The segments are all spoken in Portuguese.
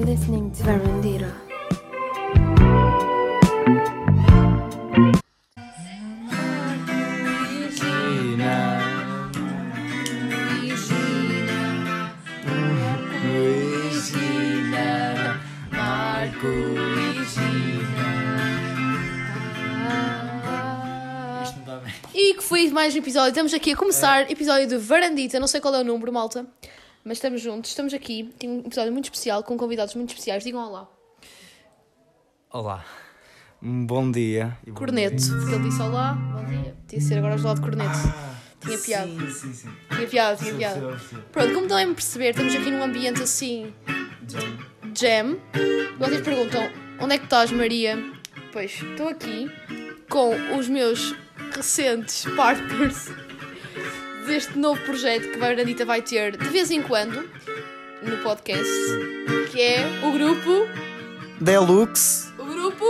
listening to Verandira. E que foi mais um episódio. Estamos aqui a começar episódio de Varandita. Não sei qual é o número, malta, mas estamos juntos, estamos aqui. Tem um episódio muito especial, com convidados muito especiais. Digam olá. Olá. Bom dia. Corneto, porque ele disse olá, bom dia. Tinha de ser agora ao lado de corneto. Tinha piada. Sim. Tinha piada. Pronto, como devem perceber, estamos aqui num ambiente assim... jam. Vocês perguntam, onde é que estás, Maria? Pois, estou aqui com os meus recentes partners deste novo projeto que a Varandita vai ter de vez em quando no podcast, que é o grupo... Deluxe. O grupo...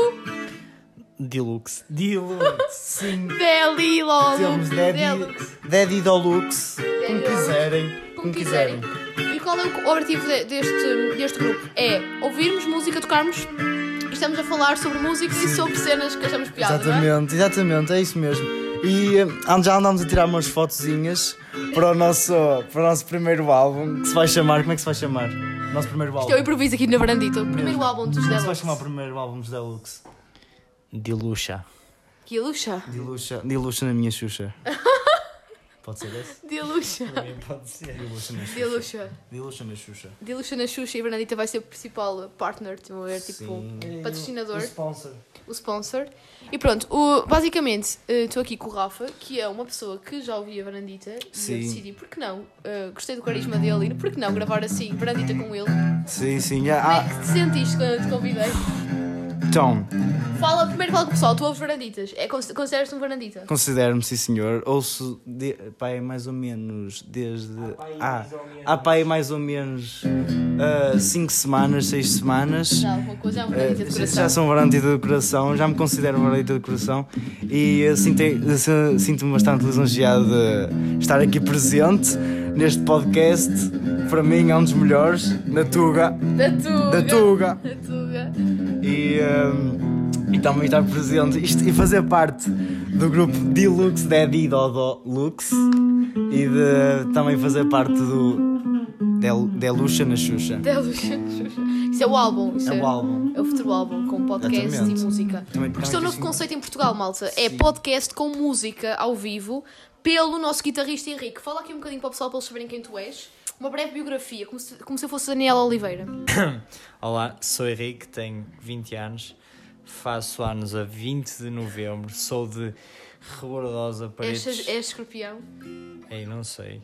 Deluxe, sim. Delilolux. Temos Daddy Deluxe. Como quiserem. E qual é o objetivo deste grupo? É ouvirmos música, tocarmos e estamos a falar sobre música e sobre cenas que achamos piada. Exatamente, é isso mesmo. E já andámos a tirar umas fotozinhas para o nosso primeiro álbum, que se vai chamar... Como é que se vai chamar? Nosso primeiro álbum. Isto é o improviso aqui na Varandita. O primeiro álbum dos Deluxe. Como se vai chamar o primeiro álbum dos Deluxe? Diluxa. Que luxa? Diluxa na minha Xuxa. Pode ser esse? Diluxa. Também pode ser. Diluxa na Xuxa. Diluxa. Diluxa na Xuxa. Diluxa na Xuxa e a Varandita vai ser o principal partner, patrocinador. O sponsor. E pronto, basicamente estou aqui com o Rafa, que é uma pessoa que já ouvia a Varandita. Sim. E eu decidi, por que não? Gostei do carisma dele e por que não gravar assim, Varandita com ele? Sim. Como é que te sentiste quando eu te convidei? Então, Primeiro fala com o pessoal, tu ouves Varanditas. Consideras-te um Varandita? considero-me, sim senhor. Ouço mais ou menos desde... Há pai mais ou menos 5 semanas, 6 semanas. Já, alguma coisa é um Varandita de coração. Já sou um Varandita de coração, já me considero um Varandita de coração. E sinto-me bastante lisonjeado de estar aqui presente neste podcast. Para mim é um dos melhores, na Tuga. Da Tuga. E também estar presente e fazer parte do grupo Deluxe Daddy Dodo Lux e de também fazer parte do Deluxa na Xuxa. Deluxa na Xuxa. Isso é o álbum. É o álbum. É o futuro álbum, com podcast Exatamente. e música. Porque isto é um novo assim. conceito em Portugal, malta. É podcast com música ao vivo pelo nosso guitarrista Henrique. Fala aqui um bocadinho para o pessoal, para eles saberem quem tu és. Uma breve biografia, como se eu fosse Daniela Oliveira. Olá, sou Henrique, tenho 20 anos, faço anos a 20 de novembro, sou de Rebordosa, Paredes... És escorpião? Ei, não sei.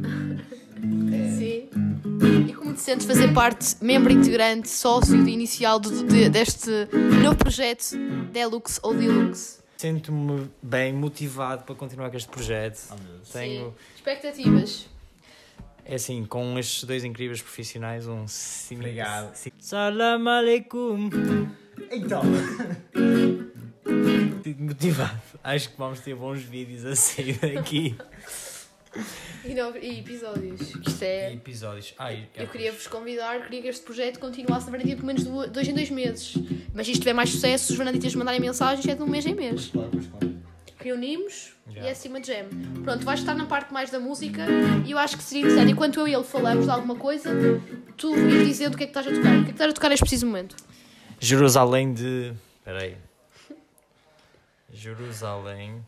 Sim. E como te sentes fazer parte, membro integrante, sócio inicial deste novo projeto Deluxe ou Deluxe? Sinto-me bem motivado para continuar com este projeto. Sim. Expectativas? É assim, com estes dois incríveis profissionais, Obrigado. Salam aleikum. Então... Fico motivado. Acho que vamos ter bons vídeos a sair daqui. E episódios. Isto é... Episódios. Eu queria vos convidar, queria que este projeto continuasse na Varandita pelo menos 2 em 2 meses. Mas se isto tiver mais sucesso, os Varanditas mandarem mensagens, é de um mês em mês. Claro. Reunimos e é acima de jam. Pronto, vais estar na parte mais da música e eu acho que seria interessante. Enquanto eu e ele falamos de alguma coisa, tu ires dizendo o que é que estás a tocar. O que é que estás a tocar neste preciso momento? Jerusalém de... Espera aí. Jerusalém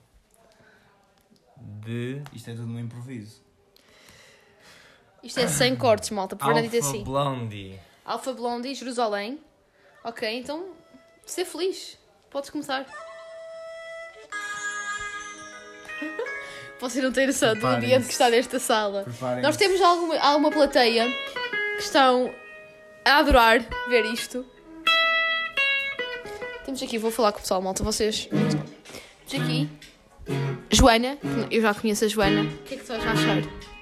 de... Isto é tudo no improviso. Isto é sem cortes, malta, por Varandita é assim. Blondie. Alpha Blondie, Jerusalém. Ok, então, ser feliz. Podes começar. Vocês não têm noção do ambiente que está nesta sala. Nós temos alguma plateia que estão a adorar ver isto. Temos aqui, vou falar com o pessoal, malta, vocês. Temos aqui Joana, eu já conheço a Joana. O que é que tu vais achar?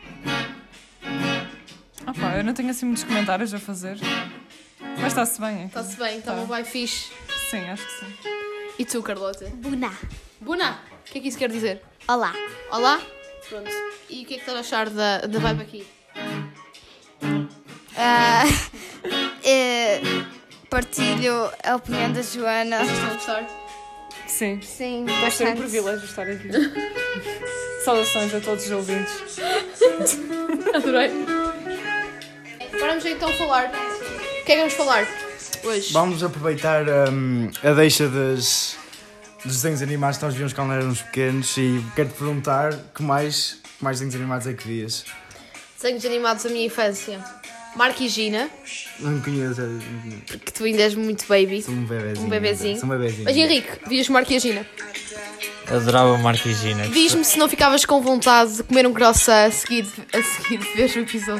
Eu não tenho assim muitos comentários a fazer. Mas está-se bem. Está-se bem, está uma vai fixe. Sim, acho que sim. E tu, Carlota? Buna. Buna, o que é que isso quer dizer? Olá. Olá? Pronto. E o que é que estás a achar da vibe aqui? partilho a opinião da Joana. Estão a gostar? Sim. Sim, Deve ser um bastante. privilégio estar aqui. Saudações a todos os ouvintes. Adorei. Vamos então falar. O que é que vamos falar hoje? Vamos aproveitar a deixa dos desenhos animados que nós víamos quando éramos pequenos e quero-te perguntar que mais desenhos animados é que vias? Desenhos animados da minha infância. Marco e Gina, Não me conheço, porque tu ainda és muito baby. sou um bebezinho. Um bebezinho. Sou um bebezinho. Mas Henrique, vias Marco e a Gina? Adorava Marquigina. Diz-me se não ficavas com vontade de comer um croissant a seguir de ver o episódio.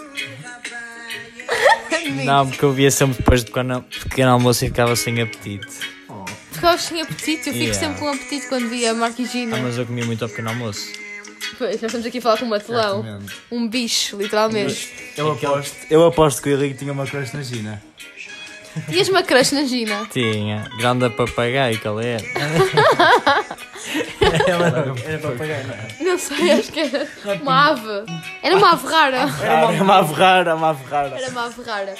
Não, porque eu via sempre depois de pequeno almoço e ficava sem apetite. Ficavas sem apetite, eu fico Yeah. sempre com apetite quando via Marco e Gina. Mas eu comia muito ao pequeno almoço. Pois, nós estamos aqui a falar com um matelão. Exatamente. Um bicho, literalmente. Eu aposto que o Henrique tinha uma crush na Gina. Tinhas uma crush na Gina? Tinha. Grande papagaio, qual é? Era papagaio, não é? Não sei, acho que era uma ave. Era uma ave rara. Era uma ave rara, uma ave rara. Era uma ave rara.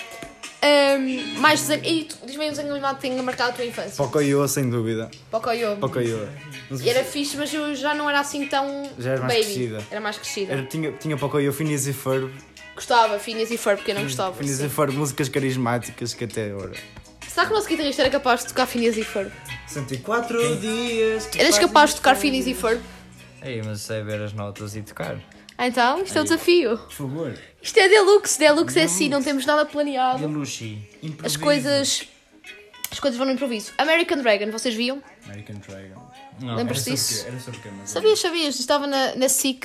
Mais desenho. E tu, diz-me aí um desenho animado que tenha marcado a tua infância. Pocoyo, sem dúvida. Pocoyo. Pocoyo. E era fixe, mas eu já não era assim tão. Já eras mais baby. crescida. Era mais crescida. Tinha Pocoyo, Phineas e Ferb. Gostava, Phineas e Ferb, porque eu não gostava. Phineas sim. e Ferb, músicas carismáticas que até agora. Será que o nosso guitarrista era capaz de tocar Phineas e Ferb? 104 dias. Eras capaz de tocar Phineas e Ferb? Ei, mas sei ver as notas e tocar. Ah, então, isto é um desafio. Por favor. Isto é Deluxe. Deluxe é assim, não temos nada planeado. Luxi. As coisas vão no improviso. American Dragon, vocês viam? American Dragon. Não. Lembras-te disso? Era sobre o quê? Mas Sabias. Estava na SIC.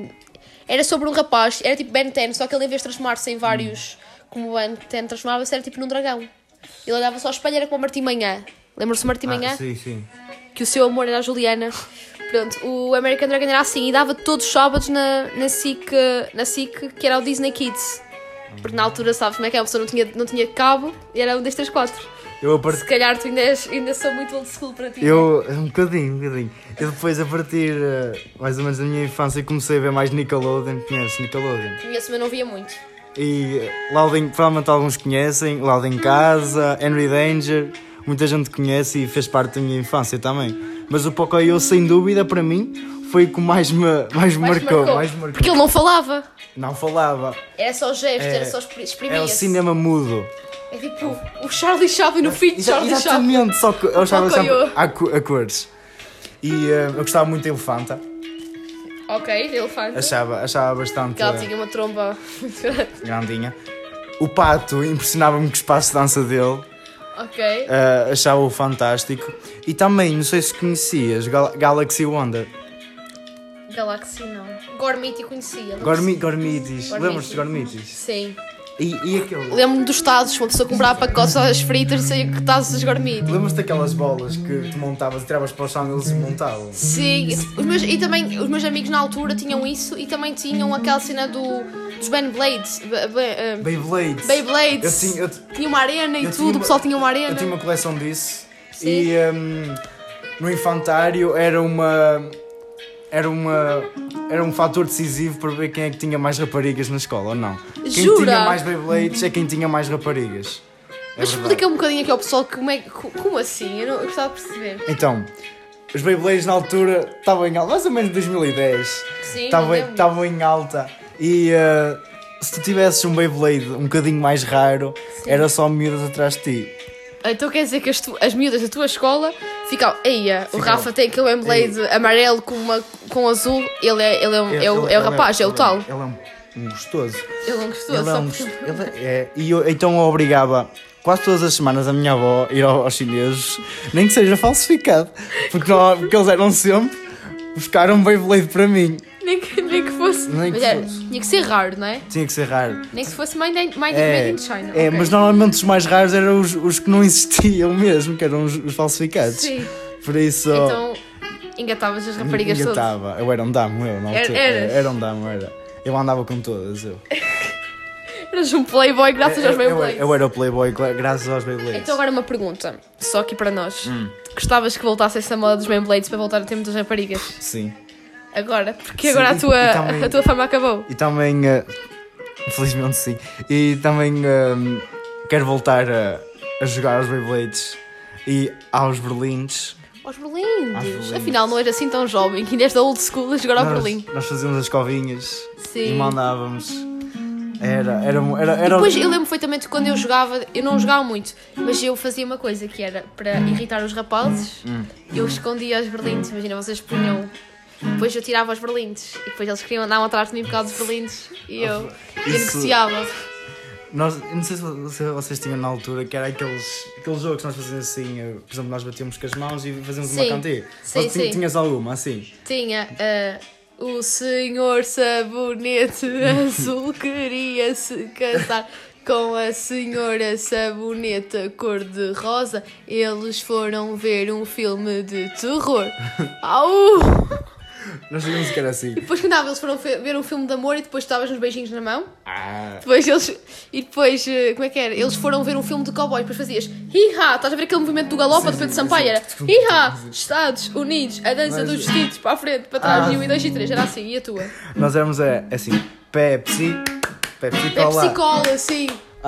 Era sobre um rapaz, era tipo Ben 10, só que ele em vez de transformar-se em vários, como o Ben 10 transformava-se, era tipo num dragão. Ele olhava só ao espelho, era como o Martim Manhã. Lembram-se do Martim Manhã? Sim, sim. Que o seu amor era a Juliana. Pronto, o American Dragon era assim e dava todos os sábados na SIC, que era o Disney Kids. Porque na altura, sabes como é que é? A pessoa não tinha cabo e era 1, 2, 3, 4. Se calhar tu ainda sou muito old school para ti. Um bocadinho. Eu depois, a partir mais ou menos da minha infância, comecei a ver mais Nickelodeon. Conheces Nickelodeon? Conheço, mas não via muito. E provavelmente alguns conhecem, Loud em Casa, Henry Danger, muita gente conhece e fez parte da minha infância também. Mas o Pocoyo, sem dúvida, para mim, foi o que mais me marcou. Porque ele não falava. Não falava. Era só gesto, era só exprimia-se. É o cinema mudo. É tipo o Charlie Chaplin no fim de Charlie Chaplin. Exatamente, só que eu estava sempre Pocoyo. a cores. E eu gostava muito da Elefanta. Ok, elefante. Achava bastante Que ela tinha uma tromba muito grande. grandinha. O Pato impressionava-me com o espaço de dança dele. Ok. Achava-o fantástico. E também, não sei se conhecias, Galaxy Wonder. Galaxy não. Gormiti conhecia. Gormitis. Lembras-te de Gormitis? Sim. E aquele... Lembro-me dos tazos, uma pessoa comprava pacotes das fritas e saía que tazos dos Gormiti. Lembras-te daquelas bolas que tu montavas e tiravas para o chão e eles se montavam? Sim. E também os meus amigos na altura tinham isso e também tinham aquela cena dos Beyblades. Beyblades. Beyblades. Tinha uma arena e tudo, o pessoal tinha uma arena. Eu tinha uma coleção disso. Sim. E no infantário era um fator decisivo para ver quem é que tinha mais raparigas na escola, ou não. Quem Jura? tinha mais Beyblades é quem tinha mais raparigas. Mas explica um bocadinho aqui ao pessoal como assim? Eu gostava de perceber. Então, os Beyblades na altura estavam em alta, mais ou menos em 2010. Sim, Estavam em alta. E se tu tivesses um Beyblade um bocadinho mais raro, era só miúdas atrás de ti. Então quer dizer que as miúdas da tua escola ficam. Eia, o Rafa tem aquele Beyblade amarelo com azul, ele é o rapaz, é o tal. Ele é um gostoso. Ele não gostou, Ele é só um porque. então eu obrigava quase todas as semanas a minha avó a ir aos chineses, nem que seja falsificado, porque eles eram sempre buscar um Beyblade para mim. Nem que fosse. Nem que Mas fosse. tinha que ser raro, não é? Tinha que ser raro. Nem que se fosse made in China. Ok. Mas normalmente os mais raros eram os que não existiam mesmo, que eram os falsificados. Sim. Por isso. Então engatavas as raparigas todas. Engatava. Eu era um damo, na altura. Era um damo, era. Eu andava com todas, eu. Eras um playboy graças aos Beyblades. Eu era o playboy graças aos Beyblades. Então agora uma pergunta, só aqui para nós. Gostavas que voltasse essa moda dos Beyblades para voltar a ter muitas raparigas? Sim. Agora? Porque Sim, agora e também- a tua fama acabou. E também, infelizmente sim, e também quero voltar a a jogar aos Beyblades e aos Berlindes. Aos Berlindes. Berlindes. Afinal, não és assim tão jovem, que ainda és da old school a jogar ao Berlim. Nós fazíamos as covinhas e Sim. mandávamos. Era Depois eu lembro perfeitamente quando eu jogava, eu não jogava muito, mas eu fazia uma coisa que era para irritar os rapazes, eu escondia os berlindes, imagina, vocês punham, depois eu tirava os berlindes e depois eles queriam andar atrás de mim por causa dos berlindes e eu negociava. Eu não sei se vocês tinham na altura que era aqueles jogos que nós fazíamos assim, por exemplo, nós batíamos com as mãos e fazíamos uma cantiga. Sim. Tinhas alguma assim? Tinha, o senhor Sabonete Azul queria se casar com a senhora Saboneta cor-de-rosa. Eles foram ver um filme de terror. Au! Nós sabíamos que era assim. E depois cantava, eles foram ver um filme de amor e depois estavas nos beijinhos na mão. Ah. Depois como é que era? Eles foram ver um filme de cowboy, depois fazias hi-ha, estás a ver aquele movimento do galopa do Pedro Sampaio? Era hi-ha, Estados Unidos, a dança dos vestidos, para a frente, para trás, 1, 2 e 3, era assim, e a tua? Nós éramos assim, Pepsi Cola. Pepsi Cola, sim.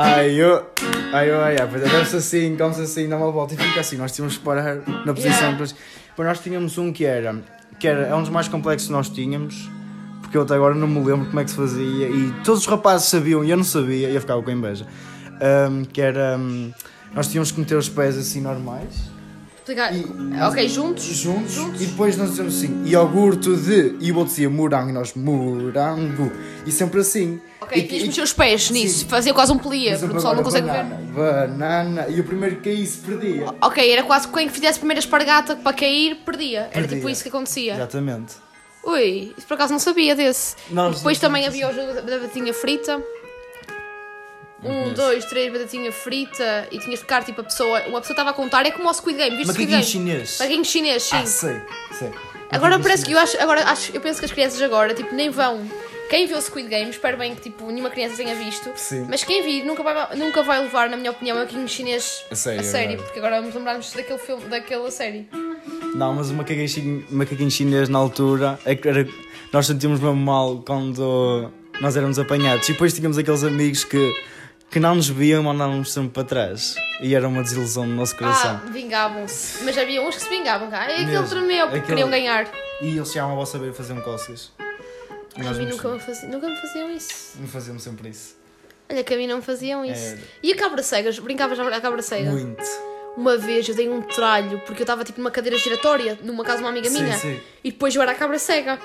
Pois deve-se assim, come-se assim, dá uma volta e fica assim. Nós tínhamos que parar na posição. Depois nós tínhamos um que era um dos mais complexos que nós tínhamos, porque eu até agora não me lembro como é que se fazia e todos os rapazes sabiam e eu não sabia e eu ficava com inveja. Nós tínhamos que meter os pés assim normais. Ok, juntos. E depois nós dizemos assim, iogurte de, e o outro dizia morango, e nós morango, e sempre assim. Ok, tinhas de mexer os pés nisso, fazia quase um plia, porque o pessoal não consegue ver. Banana, e o primeiro que caísse perdia. Ok, era quase quem fizesse a primeira espargata para cair, perdia. Era tipo isso que acontecia. Exatamente. Ui, isso por acaso não sabia desse. Nós Depois também havia o jogo da batatinha frita. 1, 2, 3, batatinha frita e tinhas de ficar tipo uma pessoa estava a contar, é como o Squid Game, viste Squid Game? Chinês. Macaquinho chinês, sim. Sei. Agora parece que eu penso que as crianças agora tipo nem vão. Quem viu o Squid Game, espero bem que tipo nenhuma criança tenha visto. Sim. Mas quem vir nunca vai levar, na minha opinião, o macaquinho chinês a sério, porque agora vamos lembrar-nos daquele filme, daquela série. Não, mas o macaquinho chinês na altura nós sentíamos mesmo mal quando nós éramos apanhados e depois tínhamos aqueles amigos que não nos viam e mandavam-nos sempre para trás. E era uma desilusão no nosso coração. Vingavam-se. Mas havia uns que se vingavam cá. E aquele tremeu porque queriam ganhar. E eles chegavam a saber fazer cócegas. A mim nunca me faziam isso. Não fazíamos sempre isso. Olha que a mim não me faziam isso. E a cabra cegas? Brincavas à cabra cega? Muito. Uma vez eu dei um tralho porque eu estava tipo numa cadeira giratória numa casa de uma amiga minha. Sim. E depois eu era a cabra cega.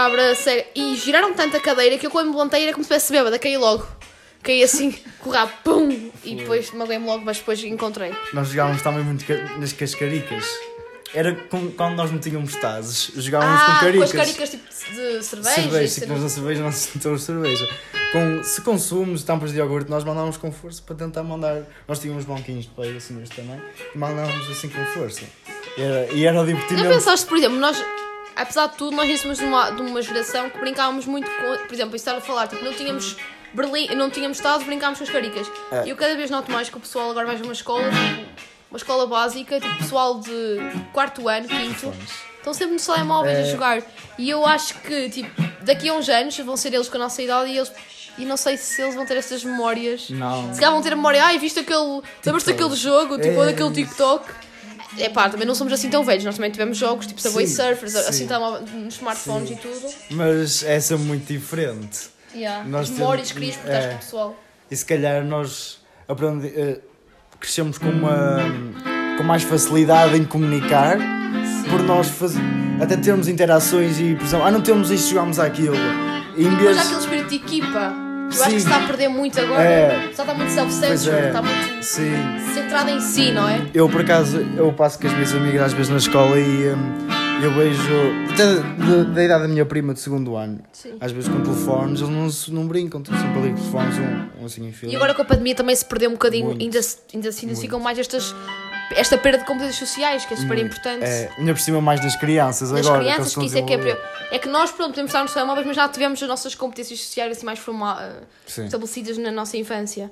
E giraram tanto a cadeira que eu quando me levantei era como se tivesse bêbada. Caí logo. Caí assim, corra, pum! E depois magoei-me logo, mas depois encontrei. Nós jogávamos também muito nas cascaricas. Era quando nós não tínhamos tazes, jogávamos com caricas. Com as caricas tipo de cerveja. Se nós na cerveja, nós temos cerveja. Se consumos tampas de iogurte, nós mandávamos com força para tentar mandar. Nós tínhamos banquinhos de peixe assim neste também e mandávamos assim com força. E era divertido. Não pensaste, por exemplo, nós, apesar de tudo, nós somos de uma geração que brincávamos muito com. Por exemplo, isso estava a falar, tipo, não tínhamos tazos, brincávamos com as caricas. E eu cada vez noto mais que o pessoal agora vai a uma escola, tipo, uma escola básica, tipo, pessoal de 4º ano, 5º, estão sempre nos telemóveis a jogar. E eu acho que, tipo, daqui a uns anos vão ser eles com a nossa idade e não sei se eles vão ter estas memórias. Não. Se calhar vão ter a memória, viste aquele. Lembras-te daquele jogo, tipo, ou daquele TikTok. Também não somos assim tão velhos, nós também tivemos jogos tipo Subway Surfers, assim nos smartphones e tudo. Mas essa é muito diferente. As memórias que querias portar com o pessoal. E se calhar nós crescemos com mais facilidade em comunicar, por nós até termos interações e, por exemplo, não temos isto, jogamos aquilo. Mas há aquele espírito de equipa, que eu acho que se está a perder muito agora. Só está muito self-centered, está muito centrado em si, não é? Eu, por acaso, passo com as minhas amigas às vezes na escola e eu vejo, até da idade da minha prima de 2º ano, às vezes com telefones, eles não brincam, estão sempre ali com telefones, um assim em fila. E agora com a pandemia também se perdeu um bocadinho, ainda ficam mais esta perda de competências sociais, que é super importante. Ainda por cima mais das crianças agora. Das crianças, que isso é que é que nós, pronto, podemos estar nos telemóveis, mas já tivemos as nossas competências sociais assim mais estabelecidas na nossa infância.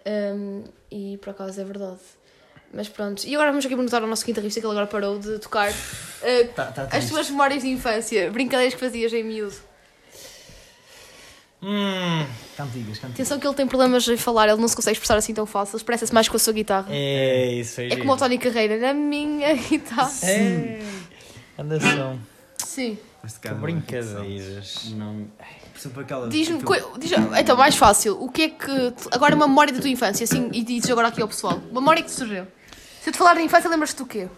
E por acaso é verdade. Mas pronto, e agora vamos aqui perguntar ao nosso guitarrista, que ele agora parou de tocar, as tuas memórias de infância, brincadeiras que fazias em miúdo. Cantigas. Atenção que ele tem problemas em falar, ele não se consegue expressar assim tão fácil, expressa-se mais com a sua guitarra. É isso aí. É como o Tony Carreira, na minha guitarra. É. Andação. Sim. Que brincadeiras. Não. Por exemplo, aquela. Diz-me, então, mais fácil, o que é que. Agora, uma memória da tua infância, assim, e dizes agora aqui ao pessoal. Uma memória que te surgiu. Se eu te falar da infância, lembras-te do quê?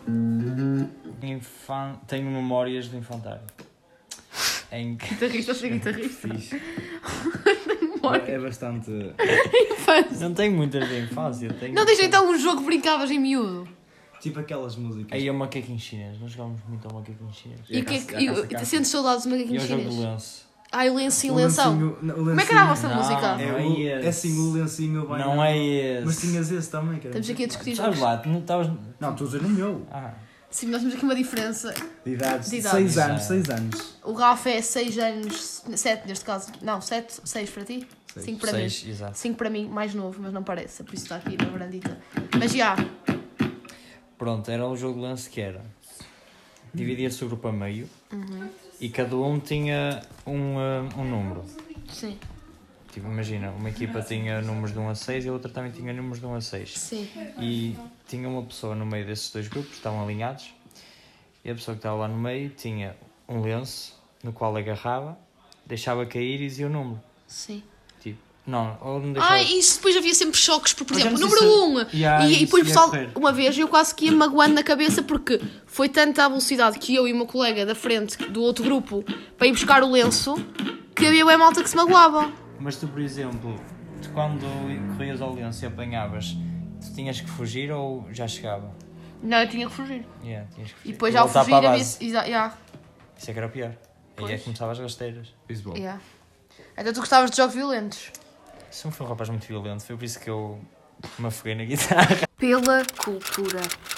Tenho memórias do infantário. Em que. Guitarrista, sou guitarrista. Fixe. É bastante. Infância. Não tenho muitas da infância. Não diz então um jogo que brincavas em miúdo. Tipo aquelas músicas. Aí é o macaquinho chinês. Nós jogávamos muito ao macaquinho chinês. E o que é que. Sentes saudades do E macaquinho eu jogo chinês? de lenço. Ah, o lencinho, lenção. Como é que era a vossa Não, música? não é É assim, o lencinho bem. Não é esse. Mas tinhas esse também, cara. Estamos aqui a discutir Sabes jogos. lá, tu não estavas. Não, estou a dizer no meu. Sim, nós temos aqui uma diferença. De idades. De idades. 6 anos, 6 anos. O Rafa é 6 anos, 7 neste caso. Não, 7, 6 para ti? 5 para mim. 6, exato. 5 para mim, mais novo, mas não parece, por isso está aqui na varandita. Mas já. Pronto, era um jogo de lance que era. Dividia-se o grupo a meio e cada um tinha um número. Sim. Tipo, imagina, uma equipa tinha números de 1 a 6 e a outra também tinha números de 1 a 6. Sim. E tinha uma pessoa no meio desses dois grupos, estavam alinhados, e a pessoa que estava lá no meio tinha um lenço no qual agarrava, deixava cair e dizia o número. Sim. Tipo, não, ou não deixava. Ah, isso depois havia sempre choques, porque, por Mas eu exemplo, não sei número 1. E depois o ia pessoal, correr. uma vez, eu quase que ia magoando na cabeça porque foi tanta a velocidade que eu e o meu colega da frente do outro grupo para ir buscar o lenço que havia uma malta que se magoava. Mas tu, por exemplo, quando corrias ao lenço e apanhavas, tu tinhas que fugir ou já chegava? Não, eu tinha que fugir. Yeah, tinhas que fugir. E depois E ao voltar fugir para a havia. base. Yeah. Isso é que era o pior. Aí é Pois. que começava as rasteiras. Beisebol. Yeah. Então tu gostavas de jogos violentos? Sempre foi um rapaz muito violento, foi por isso que eu me afoguei na guitarra. Pela cultura.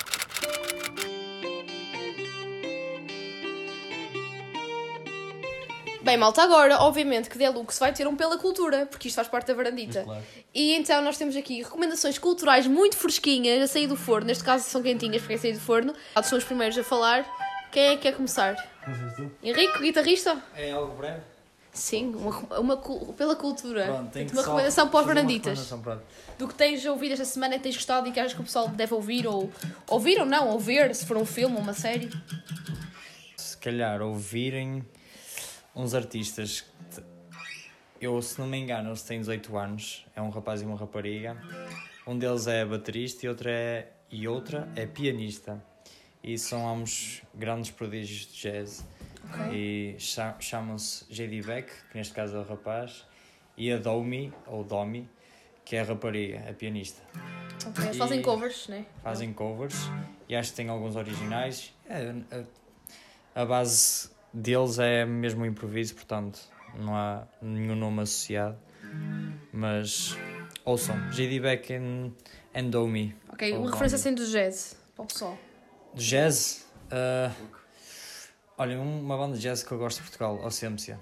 Bem, malta, agora, obviamente, que Deluxe vai ter um pela cultura, porque isto faz parte da varandita. Claro. E então nós temos aqui recomendações culturais muito fresquinhas a sair do forno. Neste caso são quentinhas, porque é sair do forno. São os primeiros a falar. Quem é que quer começar? Henrique, guitarrista? É algo breve? Sim, pela cultura. Pronto, tem que uma só recomendação para os fazer uma varanditas. recomendação, pronto. Do que tens ouvido esta semana e tens gostado e que achas que o pessoal deve ouvir ou... Ouvir ou não, ou ver, se for um filme ou uma série. Se calhar ouvirem uns artistas que eu, se não me engano, eles têm 18 anos, é um rapaz e uma rapariga. Um deles é baterista e outra é pianista. E são ambos grandes prodígios de jazz. Ok. E chamam-se J.D. Beck, que neste caso é o rapaz, e a Domi, ou Domi, que é a rapariga, a pianista. Ok, eles fazem covers, né? Fazem covers e acho que tem alguns originais. A base deles é mesmo o improviso, portanto não há nenhum nome associado. Mas ouçam, J.D. Beck and Domi. Ok, Ou uma Domi. referência assim do jazz, para o pessoal. Do jazz? Olha, uma banda de jazz que eu gosto de Portugal, Ocêmpcia.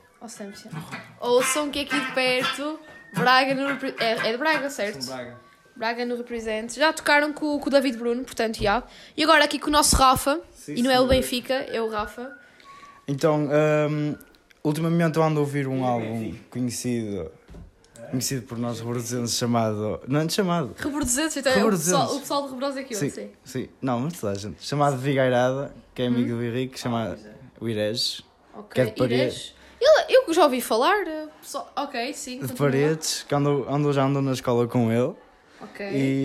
Ouçam que aqui de perto, Braga no... É de Braga, certo? Braga. Braga no Represent. Já tocaram com o David Bruno, portanto, já. E agora aqui com o nosso Rafa, Sim, e não é o senhor. Benfica, é o Rafa. Então, ultimamente eu ando a ouvir um álbum conhecido por nós rubro-desenses chamado... Não é chamado? Rebordezentes, então é o Rebordezentes. pessoal de Rebrosa é que eu Sim, sei. sim. Não, mas toda a gente. Chamado Vigairada, que é amigo do Henrique, chama o Irege, Ok, que é de Paredes. Eu já ouvi falar, pessoal... Ok, sim. De continua. Paredes, que já ando na escola com ele. Ok. E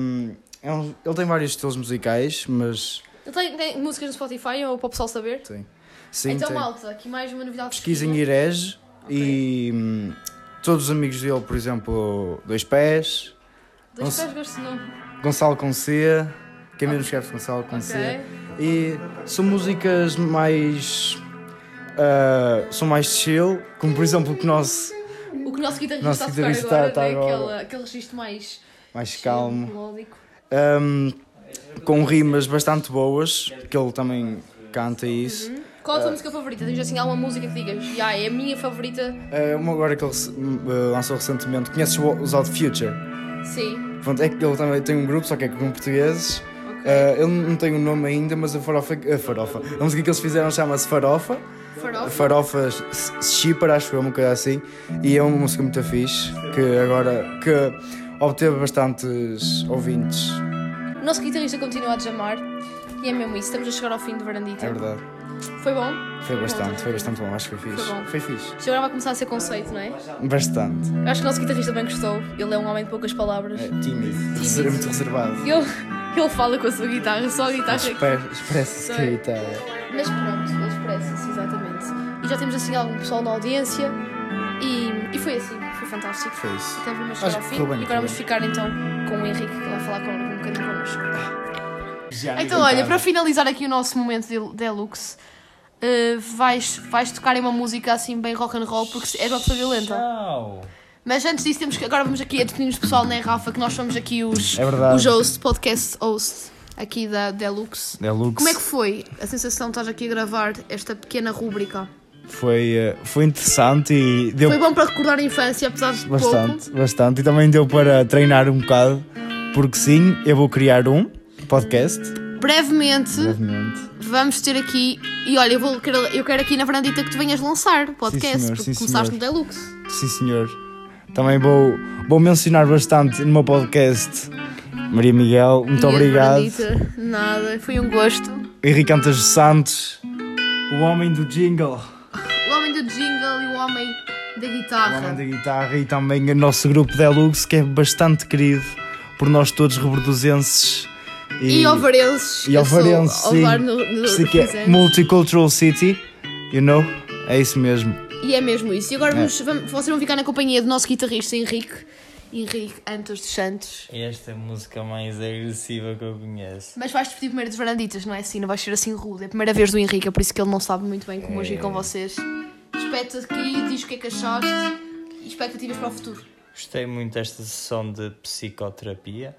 ele tem vários estilos musicais, mas... Ele tem músicas no Spotify, ou para o pessoal saber? Sim, então, tem. malta, aqui mais uma novidade. Pesquisem fresquinha. Irege e todos os amigos dele, por exemplo, Dois Pés, Dois pés, gosto de nome. Gonçalo com C, Caminho dos Chefes Gonçalo com C. Ok. E são músicas mais... são mais chill, como por exemplo o que nosso O que o nosso guitarrista Nosso está a tocar guitarrista agora, está né? agora. Aquele registro mais mais chill, calmo, melódico. com rimas bastante boas, que ele também canta isso. Qual é a tua música favorita? Tens assim alguma música que digas? É a minha favorita. Uma agora que ele lançou recentemente, conheces os Odd Future? Sim. Pronto, é que ele também tem um grupo, só que é com portugueses. Ok. Ele não tem um nome ainda, mas a música que eles fizeram chama-se Farofa. Farofas Shipper, acho que é uma coisa assim. E é uma música muito fixe que agora obteve bastantes ouvintes. O nosso guitarrista continua a jamar e é mesmo isso, estamos a chegar ao fim de Varandita. É verdade. Foi bom? Foi bastante bom, acho que foi fixe. Foi bom. Foi fixe. Isto agora vai começar a ser conceito, não é? Bastante. Eu acho que o nosso guitarrista bem gostou. Ele é um homem de poucas palavras. É tímido. Muito reservado. Ele fala com a sua guitarra, só a guitarra. Expressa-se com a guitarra. Mas pronto, ele expressa-se, exatamente. E já temos assim algum pessoal na audiência e foi assim, foi fantástico. Foi isso. Até vamos chegar ao fim. E agora vamos ficar então com o Henrique, que vai falar um bocadinho connosco. Então, olha, para finalizar aqui o nosso momento de Deluxe, vais tocar em uma música assim bem rock and roll, porque é rock violenta. Tchau! Mas antes disso, agora vamos aqui a definir-nos pessoal, né, Rafa? Que nós somos aqui os podcast host aqui da Deluxe. Como é que foi a sensação de estar aqui a gravar esta pequena rúbrica? Foi interessante e deu... Foi bom para recordar a infância, apesar de bastante. E também deu para treinar um bocado, porque sim, eu vou criar um podcast. Brevemente. Vamos ter aqui... E olha, eu quero aqui na Varandita que tu venhas lançar podcast, senhor, porque começaste no Deluxe. Sim, senhor. Também vou mencionar bastante no meu podcast Maria Miguel. Muito obrigado. Varandita, nada, foi um gosto. Henrique Antas dos Santos, o homem do jingle. O homem do jingle e o homem da guitarra. O homem da guitarra e também o nosso grupo Deluxe, que é bastante querido por nós todos rebordosenses. E ovarenses. E ovarenses, sim. Que é Multicultural City, you know? É isso mesmo. E é mesmo isso. E agora vocês vão ficar na companhia do nosso guitarrista Henrique Antas dos Santos. Esta é a música mais agressiva que eu conheço. Mas vais despedir primeiro dos Varanditas, não é assim? Não vais ser assim rude. É a primeira vez do Henrique, é por isso que ele não sabe muito bem como agir com vocês. Espeta aqui, diz o que é que achaste e expectativas para o futuro. Gostei muito desta sessão de psicoterapia.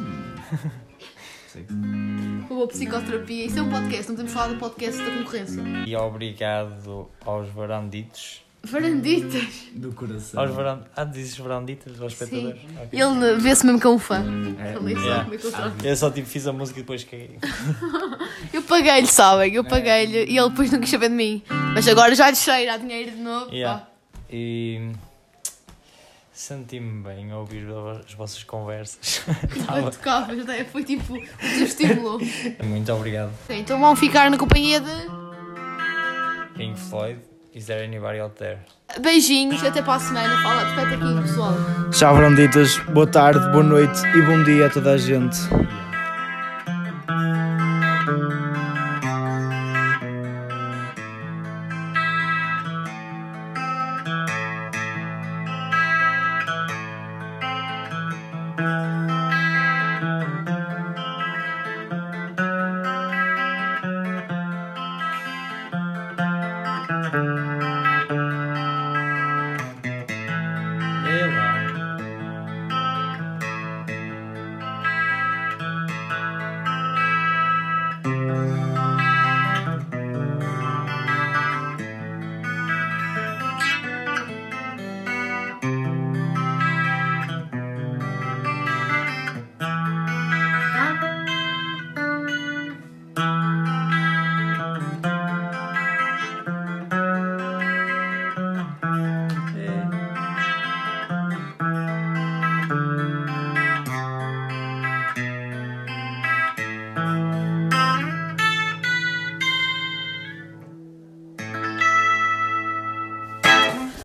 Uma boa psicoterapia. Isso é um podcast, não podemos falar do podcast da concorrência. E obrigado aos varanditos. Varanditas? Do coração. Dizes varanditas aos espectadores? Okay. Ele vê-se mesmo como um fã. Eu só fiz a música e depois caí. Eu paguei-lhe, sabem? Eu paguei-lhe e ele depois não quis saber de mim. Mas agora já lhe cheira a dinheiro de novo. E senti-me bem a ouvir as vossas conversas. Foi tipo o que te estimulou. Muito obrigado. Então vão ficar na companhia de Pink Floyd. Is there anybody out there? Beijinhos e até para a semana. Fala, despete aqui, pessoal. Tchau, Varanditas. Boa tarde, boa noite e bom dia a toda a gente.